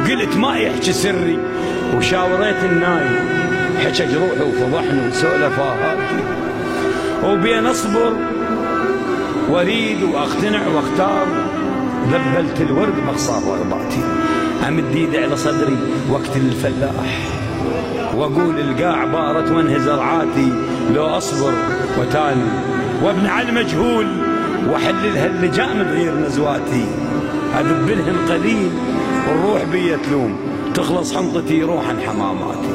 وقلت ما يحكي سري، وشاوريت النايم حكى جروحي وفضحني وسولفاهاتي، وبين اصبر واريد واقتنع واختار، ذبلت الورد باقصار رغباتي. امد ايدي على صدري واقتل الفلاح، واقول القاع بارت وانهز رعاتي، لو اصبر وتالي وابني على المجهول، واحللها اللجام بغير نزواتي. اذبلهن قليل والروح بيا تلوم، تخلص حنطتي روحا حماماتي.